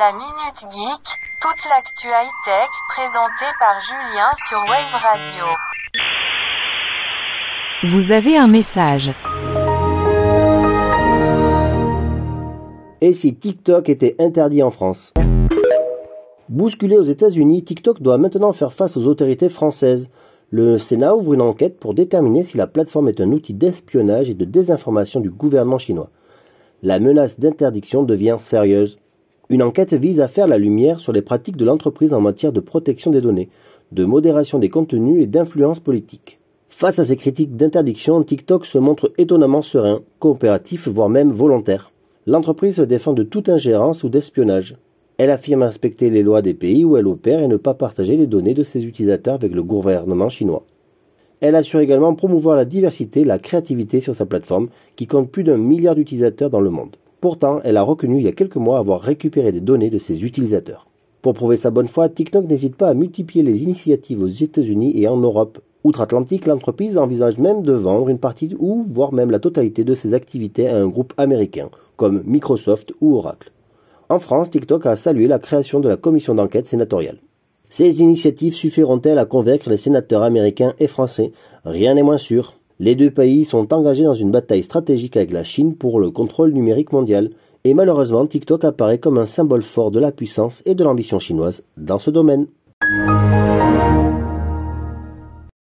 La Minute Geek, toute l'actu high-tech présentée par Julien sur Wave Radio. Vous avez un message. Et si TikTok était interdit en France? Bousculé aux États-Unis, TikTok doit maintenant faire face aux autorités françaises. Le Sénat ouvre une enquête pour déterminer si la plateforme est un outil d'espionnage et de désinformation du gouvernement chinois. La menace d'interdiction devient sérieuse. Une enquête vise à faire la lumière sur les pratiques de l'entreprise en matière de protection des données, de modération des contenus et d'influence politique. Face à ces critiques d'interdiction, TikTok se montre étonnamment serein, coopératif, voire même volontaire. L'entreprise se défend de toute ingérence ou d'espionnage. Elle affirme respecter les lois des pays où elle opère et ne pas partager les données de ses utilisateurs avec le gouvernement chinois. Elle assure également promouvoir la diversité et la créativité sur sa plateforme, qui compte plus d'1 milliard d'utilisateurs dans le monde. Pourtant, elle a reconnu il y a quelques mois avoir récupéré des données de ses utilisateurs. Pour prouver sa bonne foi, TikTok n'hésite pas à multiplier les initiatives aux États-Unis et en Europe. Outre-Atlantique, l'entreprise envisage même de vendre une partie ou voire même la totalité de ses activités à un groupe américain, comme Microsoft ou Oracle. En France, TikTok a salué la création de la commission d'enquête sénatoriale. Ces initiatives suffiront-elles à convaincre les sénateurs américains et français? Rien n'est moins sûr. Les deux pays sont engagés dans une bataille stratégique avec la Chine pour le contrôle numérique mondial. Et malheureusement, TikTok apparaît comme un symbole fort de la puissance et de l'ambition chinoise dans ce domaine.